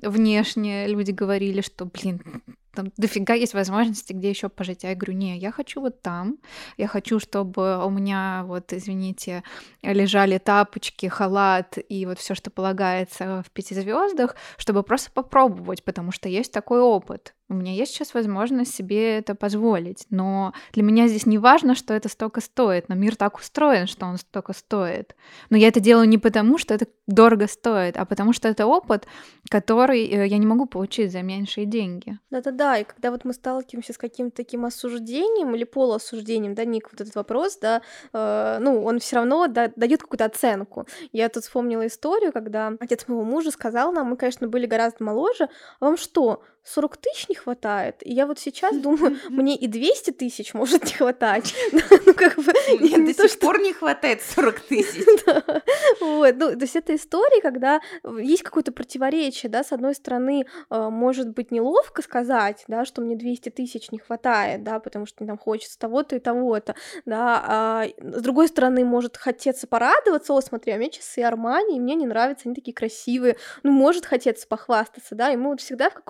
внешне люди говорили, что, блин, там дофига есть возможности, где еще пожить. А я говорю, не, я хочу вот там, я хочу, чтобы у меня, вот, извините, лежали тапочки, халат и вот все, что полагается в пяти звездах, чтобы просто попробовать, потому что есть такой опыт. У меня есть сейчас возможность себе это позволить, но для меня здесь не важно, что это столько стоит, но мир так устроен, что он столько стоит. Но я это делаю не потому, что это дорого стоит, а потому что это опыт, который э, я не могу получить за меньшие деньги. Да-да-да, и когда вот мы сталкиваемся с каким-то таким осуждением или полуосуждением, да, Ник, вот этот вопрос, да, э, ну, он все равно да, дает какую-то оценку. Я тут вспомнила историю, когда отец моего мужа сказал нам, мы, конечно, были гораздо моложе, а вам что, сорок тысяч не хватает? И я вот сейчас думаю, мне и двести тысяч может не хватать. Ну, как бы, Мне не до то, сих что... пор не хватает сорок тысяч. Да. Вот, ну, то есть это история, когда э, есть какое-то противоречие, да, с одной стороны, э, может быть неловко сказать, да, что мне двести тысяч не хватает, да, потому что мне там хочется того-то и того-то, да, а с другой стороны, может хотеться порадоваться, о, смотри, а у меня часы Армани, и мне не нравятся, они такие красивые, ну, может хотеться похвастаться, да, и мы вот всегда в каком-то противоречии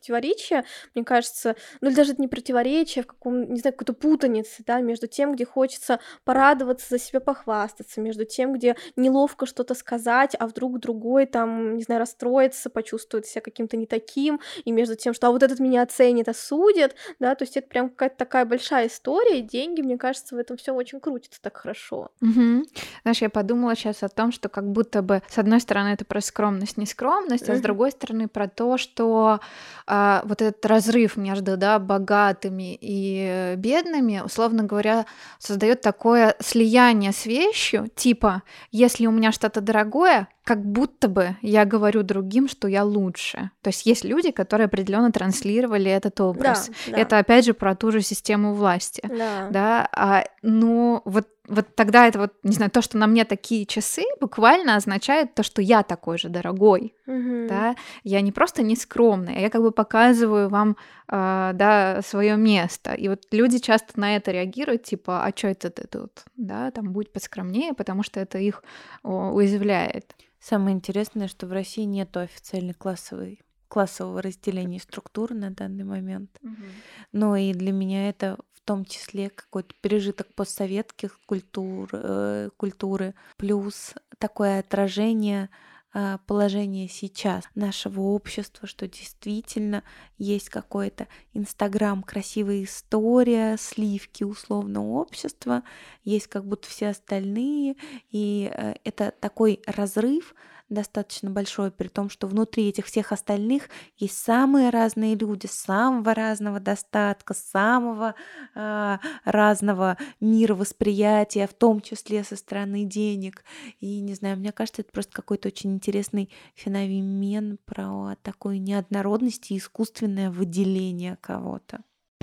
противоречие, мне кажется, ну или даже это не противоречие, в каком, не знаю, какой-то путанице, да, между тем, где хочется порадоваться, за себя похвастаться, между тем, где неловко что-то сказать, а вдруг другой там, не знаю, расстроится, почувствует себя каким-то не таким, и между тем, что а вот этот меня оценит, осудит, да, то есть это прям какая-то такая большая история, и деньги, мне кажется, в этом всем очень крутятся так хорошо. Мгм. Знаешь, я подумала сейчас о том, что как будто бы, с одной стороны, это про скромность, нескромность, а с Мгм. другой стороны, про то, что а, вот этот разрыв между, да, богатыми и э, бедными, условно говоря, создает такое слияние с вещью, типа, если у меня что-то дорогое, как будто бы я говорю другим, что я лучше. То есть есть люди, которые определенно транслировали этот образ. Да, да, Это опять же про ту же систему власти, да. да. А, ну вот вот тогда это вот, не знаю, то, что на мне такие часы, буквально означает то, что я такой же дорогой, Мгм. да. Я не просто не скромная, а я как бы показываю вам, а, да, свое место. И вот люди часто на это реагируют, типа, а чё это ты тут, да, там будь поскромнее, потому что это их о, уязвляет. Самое интересное, что в России нету официальной классовой классового разделения и структуры на данный момент. Но и для меня это в том числе какой-то пережиток постсоветских культур, э, культуры, плюс такое отражение а, положения сейчас нашего общества, что действительно есть какой-то Инстаграм, красивая история, сливки условно общества, есть как будто все остальные, и э, это такой разрыв достаточно большой, при том, что внутри этих всех остальных есть самые разные люди, самого разного достатка, самого а, разного мировосприятия, в том числе со стороны денег. И не знаю, мне кажется, это просто какой-то очень интересный феномен про такую неоднородность и искусственное выделение кого-то.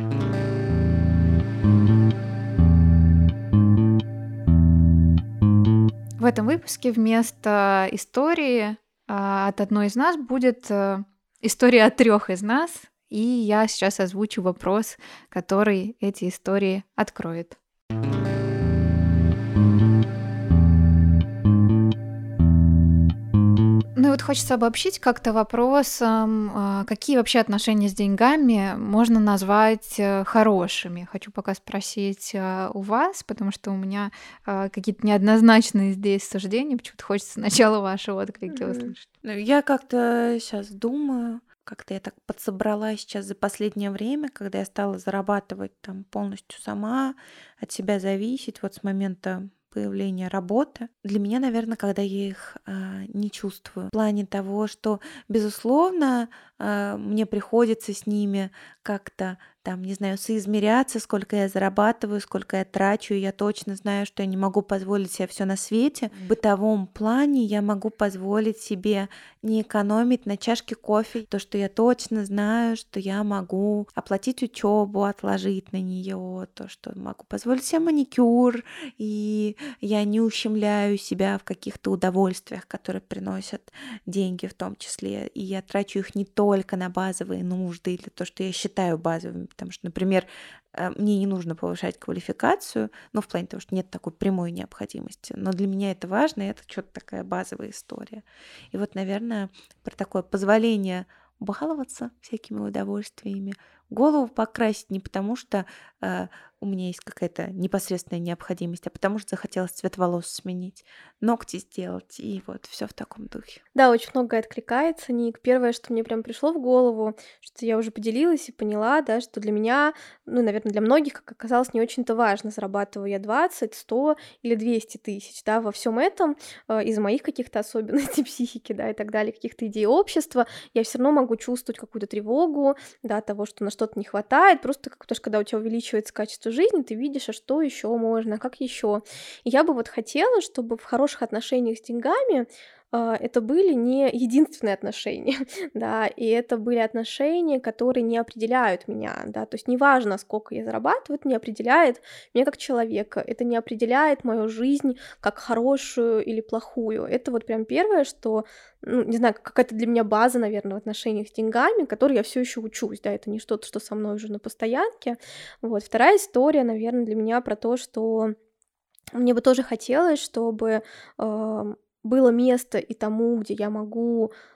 В этом выпуске вместо истории а, от одной из нас будет э, история от трех из нас, и я сейчас озвучу вопрос, который эти истории откроет. Ну и вот хочется обобщить как-то вопросом, а, какие вообще отношения с деньгами можно назвать э, хорошими. Хочу пока спросить а, у вас, потому что у меня а, какие-то неоднозначные здесь суждения. Почему-то хочется сначала ваши отклики Мгм. услышать. Ну, я как-то сейчас думаю, как-то я так подсобрала сейчас за последнее время, когда я стала зарабатывать там полностью сама, от себя зависеть, вот с момента появления работы. Для меня, наверное, когда я их а, не чувствую, в плане того, что, безусловно, а, мне приходится с ними как-то там, не знаю, соизмеряться, сколько я зарабатываю, сколько я трачу, и я точно знаю, что я не могу позволить себе все на свете. В бытовом плане я могу позволить себе не экономить на чашке кофе, то, что я точно знаю, что я могу оплатить учебу, отложить на нее, то, что могу позволить себе маникюр, и я не ущемляю себя в каких-то удовольствиях, которые приносят деньги в том числе, и я трачу их не только на базовые нужды или то, что я считаю базовыми, потому что, например, э, мне не нужно повышать квалификацию, ну, в плане того, что нет такой прямой необходимости, но для меня это важно, и это что-то такая базовая история. И вот, наверное, про такое позволение баловаться всякими удовольствиями, голову покрасить не потому, что э, у меня есть какая-то непосредственная необходимость, а потому что захотелось цвет волос сменить, ногти сделать, и вот все в таком духе. Да, очень многое откликается. Ник, первое, что мне прям пришло в голову, что я уже поделилась и поняла, да, что для меня, ну, наверное, для многих, как оказалось, не очень-то важно, зарабатываю я двадцать, сто или двести тысяч, да, во всем этом э, из моих каких-то особенностей психики, да, и так далее, каких-то идей общества, я все равно могу чувствовать какую-то тревогу, да, того, что на что-то не хватает, просто как, потому что когда у тебя увеличивается качество жизни, ты видишь, а что еще можно, как еще. И я бы вот хотела, чтобы в хороших отношениях с деньгами а, это были не единственные отношения, да, и это были отношения, которые не определяют меня, да, то есть неважно, сколько я зарабатываю, это не определяет меня как человека, это не определяет мою жизнь как хорошую или плохую. Это вот прям первое, что, ну, не знаю, какая-то для меня база, наверное, в отношениях с деньгами, которой я все еще учусь, да, это не что-то, что со мной уже на постоянке. Вот. Вторая история, наверное, для меня про то, что мне бы тоже хотелось, чтобы ам, было место и тому, где я могу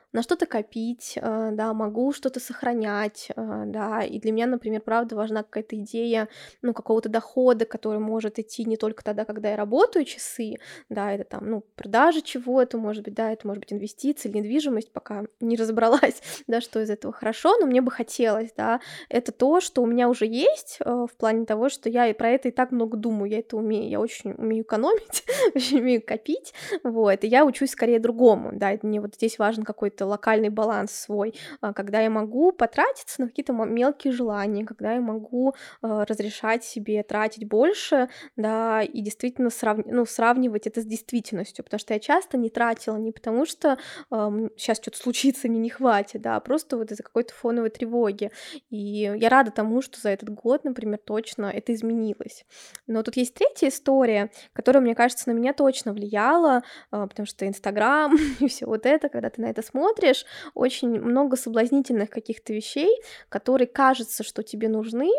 на что-то копить, э, да, могу что-то сохранять, э, да. И для меня, например, правда важна какая-то идея, ну, какого-то дохода, который может идти не только тогда, когда я работаю часы, да, это там, ну, продажа чего-то, может быть, да, это может быть инвестиции или недвижимость, пока не разобралась, да, что из этого хорошо, но мне бы хотелось, да. Это то, что у меня уже есть, э, в плане того, что я и про это и так много думаю, я это умею, я очень умею экономить, очень умею копить, вот, и я учусь скорее другому, да, и мне вот здесь важен какой-то локальный баланс свой, а, когда я могу потратиться на какие-то мо- мелкие желания, когда я могу э, разрешать себе тратить больше, да, и действительно срав- ну, сравнивать это с действительностью, потому что я часто не тратила не потому, что сейчас что-то случится, мне не хватит, да, а просто вот из-за какой-то фоновой тревоги. И я рада тому, что за этот год, например, точно это изменилось. Но тут есть третья история, которая, мне кажется, на меня точно влияла, а, потому что Инстаграм и все вот это, когда ты на это смотришь, очень много соблазнительных каких-то вещей, которые кажется, что тебе нужны,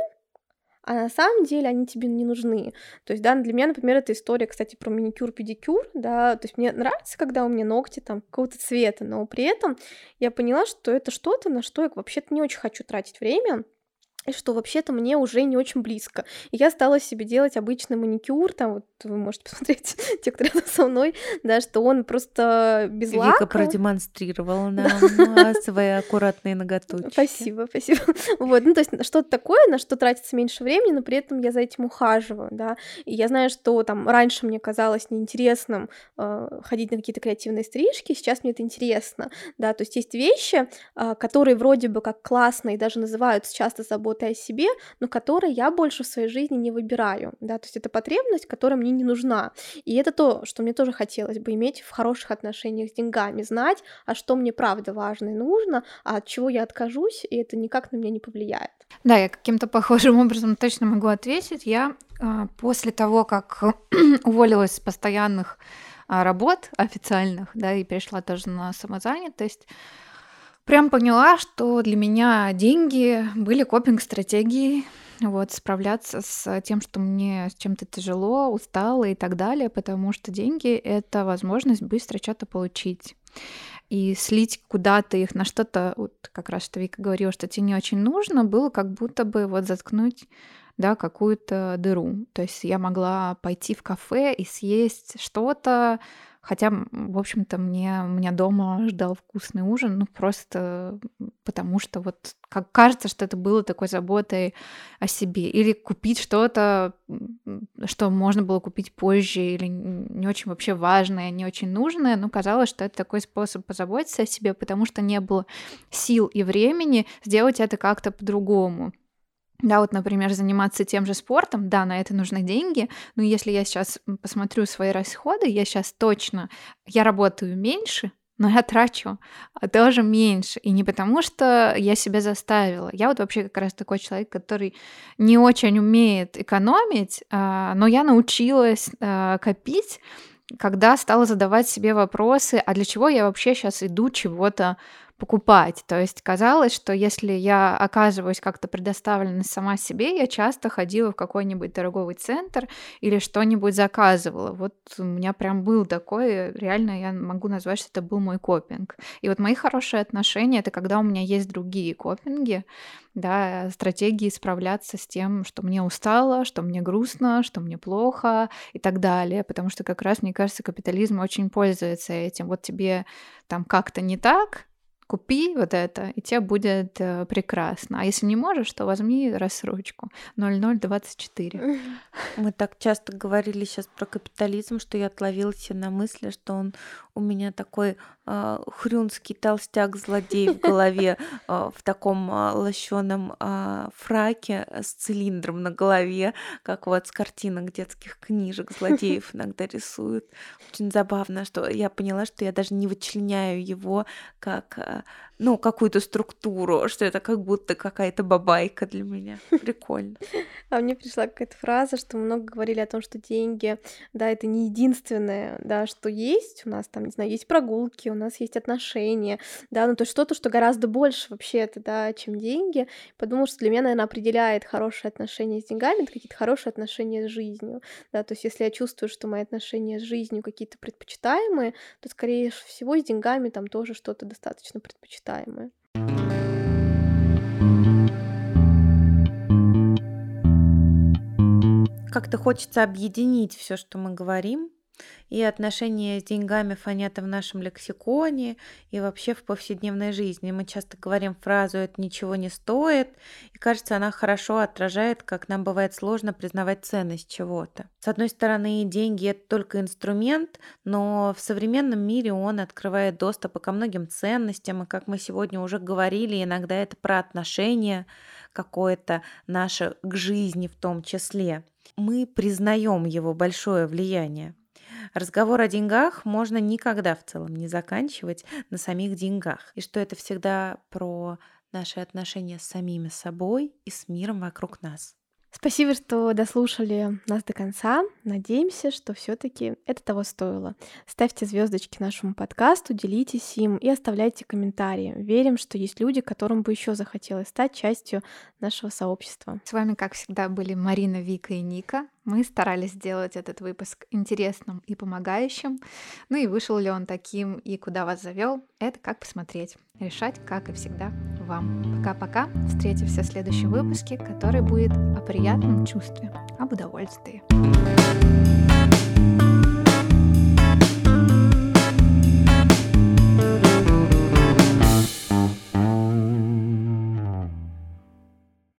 а на самом деле они тебе не нужны. То есть, да, для меня, например, эта история, кстати, про маникюр-педикюр, да, то есть мне нравится, когда у меня ногти там какого-то цвета, но при этом я поняла, что это что-то, на что я вообще-то не очень хочу тратить время, и что вообще-то мне уже не очень близко. И я стала себе делать обычный маникюр, там вот вы можете посмотреть, те, кто рядом со мной, да, что он просто без Вика лака. продемонстрировала нам а, свои аккуратные ноготочки. Спасибо, спасибо. Вот, ну, то есть что-то такое, на что тратится меньше времени, но при этом я за этим ухаживаю, да. И я знаю, что там раньше мне казалось неинтересным э, ходить на какие-то креативные стрижки, сейчас мне это интересно, да. То есть есть вещи, э, которые вроде бы как классные, даже называются часто заботой о себе, но которые я больше в своей жизни не выбираю, да. То есть это потребность, которая мне не нужна. И это то, что мне тоже хотелось бы иметь в хороших отношениях с деньгами, знать, а что мне правда важно и нужно, а от чего я откажусь, и это никак на меня не повлияет. Да, я каким-то похожим образом точно могу ответить. Я а, после того, как уволилась с постоянных а, работ официальных, да, и перешла тоже на самозанятость, прям поняла, что для меня деньги были копинг-стратегией, вот, справляться с тем, что мне с чем-то тяжело, устала и так далее, потому что деньги — это возможность быстро что-то получить. И слить куда-то их на что-то, вот как раз что Вика говорила, что тебе не очень нужно, было как будто бы вот заткнуть, да, какую-то дыру. То есть я могла пойти в кафе и съесть что-то, хотя, м, в общем-то, мне, меня дома ждал вкусный ужин, ну просто потому что вот как кажется, что это было такой заботой о себе. Или купить что-то, м, что можно было купить позже, или н- не очень вообще важное, не очень нужное, но казалось, что это такой способ позаботиться о себе, потому что не было сил и времени сделать это как-то по-другому. Да, вот, например, заниматься тем же спортом, да, на это нужны деньги, но если я сейчас посмотрю свои расходы, я сейчас точно, я работаю меньше, но я трачу а, тоже меньше. И не потому, что я себя заставила. Я вот вообще как раз такой человек, который не очень умеет экономить, а, но я научилась а, копить, когда стала задавать себе вопросы, а для чего я вообще сейчас иду чего-то покупать. То есть казалось, что если я оказываюсь как-то предоставлена сама себе, я часто ходила в какой-нибудь торговый центр или что-нибудь заказывала. Вот у меня прям был такой, реально я могу назвать, что это был мой копинг. И вот мои хорошие отношения — это когда у меня есть другие копинги, да, стратегии справляться с тем, что мне устало, что мне грустно, что мне плохо и так далее. Потому что как раз, мне кажется, капитализм очень пользуется этим. Вот тебе там как-то не так, купи вот это, и тебе будет э, прекрасно. А если не можешь, то возьми рассрочку ноль ноль двадцать четыре. Мы так часто говорили сейчас про капитализм, что я отловила себя на мысли, что он у меня такой а, хрюнский толстяк-злодей в голове а, в таком а, лощеном а, фраке с цилиндром на голове, как вот с картинок детских книжек злодеев иногда рисуют. Очень забавно, что я поняла, что я даже не вычленяю его как а, ну, какую-то структуру, что это как будто какая-то бабайка для меня. Прикольно. А мне пришла какая-то фраза, что мы много говорили о том, что деньги, да, это не единственное, да, что есть. У нас там, не знаю, есть прогулки, у нас есть отношения, да, ну, то есть что-то, что гораздо больше вообще-то, да, чем деньги. Подумала, что для меня, наверное, определяет хорошие отношения с деньгами — это какие-то хорошие отношения с жизнью, да. То есть если я чувствую, что мои отношения с жизнью какие-то предпочитаемые, то, скорее всего, с деньгами там тоже что-то достаточно предпочитаемое. Как-то хочется объединить все, что мы говорим, и отношения с деньгами фонят и в нашем лексиконе, и вообще в повседневной жизни. Мы часто говорим фразу «это ничего не стоит», и кажется, она хорошо отражает, как нам бывает сложно признавать ценность чего-то. С одной стороны, деньги — это только инструмент, но в современном мире он открывает доступ и ко многим ценностям, и, как мы сегодня уже говорили, иногда это про отношение какое-то наше к жизни в том числе. Мы признаем его большое влияние. Разговор о деньгах можно никогда в целом не заканчивать на самих деньгах. И что это всегда про наши отношения с самими собой и с миром вокруг нас. Спасибо, что дослушали нас до конца. Надеемся, что все-таки это того стоило. Ставьте звездочки нашему подкасту, делитесь им и оставляйте комментарии. Верим, что есть люди, которым бы еще захотелось стать частью нашего сообщества. С вами, как всегда, были Марина, Вика и Ника. Мы старались сделать этот выпуск интересным и помогающим. Ну и вышел ли он таким и куда вас завел, это как посмотреть. Решать, как и всегда, вам. Пока-пока. Встретимся в следующем выпуске, который будет о приятном чувстве, об удовольствии.